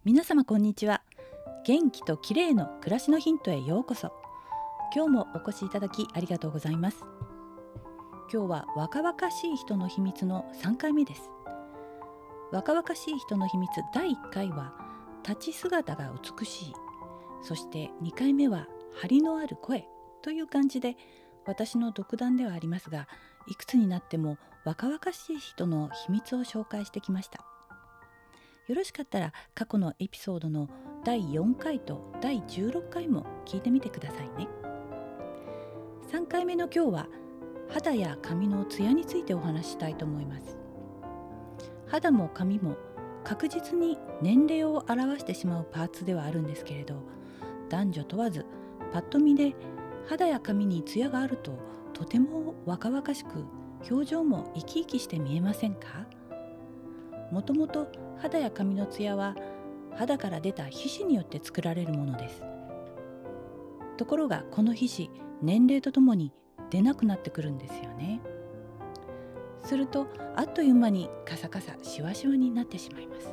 皆様こんにちは。元気と綺麗の暮らしのヒントへようこそ。今日もお越しいただきありがとうございます。今日は若々しい人の秘密の3回目です。若々しい人の秘密第1回は立ち姿が美しい、そして2回目は張りのある声という感じで、私の独断ではありますが、いくつになっても若々しい人の秘密を紹介してきました。よろしかったら過去のエピソードの第4回と第16回も聞いてみてくださいね。3回目の今日は肌や髪のツヤについてお話ししたいと思います。肌も髪も確実に年齢を表してしまうパーツではあるんですけれど、男女問わずパッと見で肌や髪にツヤがあるととても若々しく、表情も生き生きして見えませんか？もともと肌や髪のツヤは肌から出た皮脂によって作られるものです。ところがこの皮脂、年齢とともに出なくなってくるんですよね。するとあっという間にカサカサシワシワになってしまいます。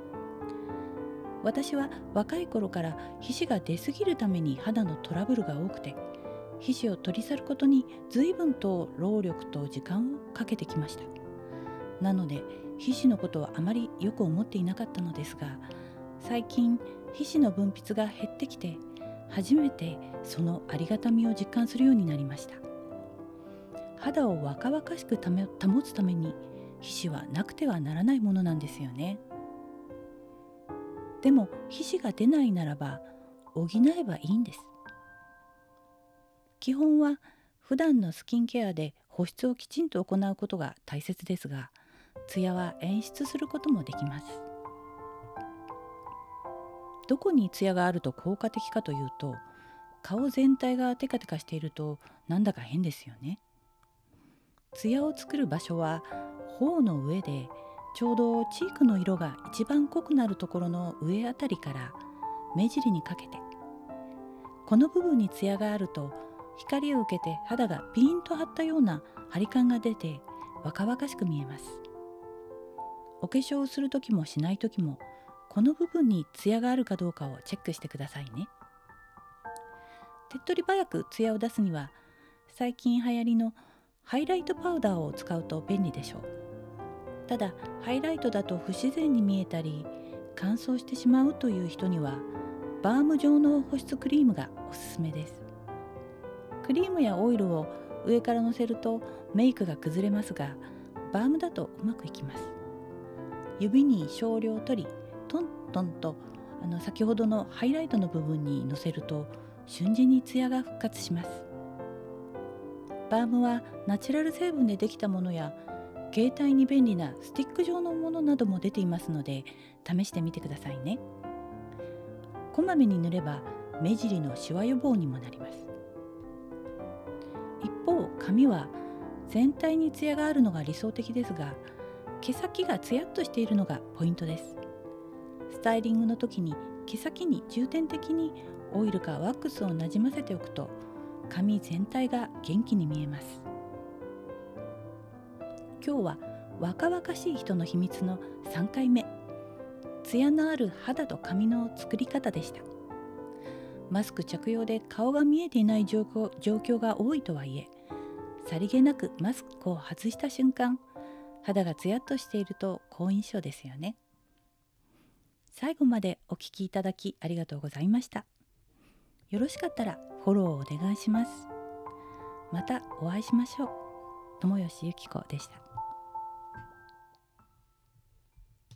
私は若い頃から皮脂が出すぎるために肌のトラブルが多くて、皮脂を取り去ることに随分と労力と時間をかけてきました。なので皮脂のことはあまりよく思っていなかったのですが、最近皮脂の分泌が減ってきて初めてそのありがたみを実感するようになりました。肌を若々しく保つために皮脂はなくてはならないものなんですよね。でも皮脂が出ないならば補えばいいんです。基本は普段のスキンケアで保湿をきちんと行うことが大切ですが、ツヤは演出することもできます。どこにツヤがあると効果的かというと、顔全体がテカテカしているとなんだか変ですよね。ツヤを作る場所は頬の上で、ちょうどチークの色が一番濃くなるところの上あたりから目尻にかけて、この部分にツヤがあると光を受けて肌がピーンと張ったような張り感が出て若々しく見えます。お化粧をする時もしない時も、この部分にツヤがあるかどうかをチェックしてくださいね。手っ取り早くツヤを出すには、最近流行りのハイライトパウダーを使うと便利でしょう。ただハイライトだと不自然に見えたり乾燥してしまうという人には、バーム状の保湿クリームがおすすめです。クリームやオイルを上からのせるとメイクが崩れますが、バームだとうまくいきます。指に少量取り、トントンと先ほどのハイライトの部分にのせると瞬時にツヤが復活します。バームはナチュラル成分でできたものや、携帯に便利なスティック状のものなども出ていますので、試してみてくださいね。こまめに塗れば目尻のシワ予防にもなります。一方、髪は全体にツヤがあるのが理想的ですが、毛先がツヤっとしているのがポイントです。スタイリングの時に毛先に重点的にオイルかワックスをなじませておくと、髪全体が元気に見えます。今日は若々しい人の秘密の3回目、ツヤのある肌と髪の作り方でした。マスク着用で顔が見えていない状況が多いとはいえ、さりげなくマスクを外した瞬間、肌がツヤっとしていると好印象ですよね。最後までお聞きいただきありがとうございました。よろしかったらフォローをお願いします。またお会いしましょう。友吉ゆき子でした。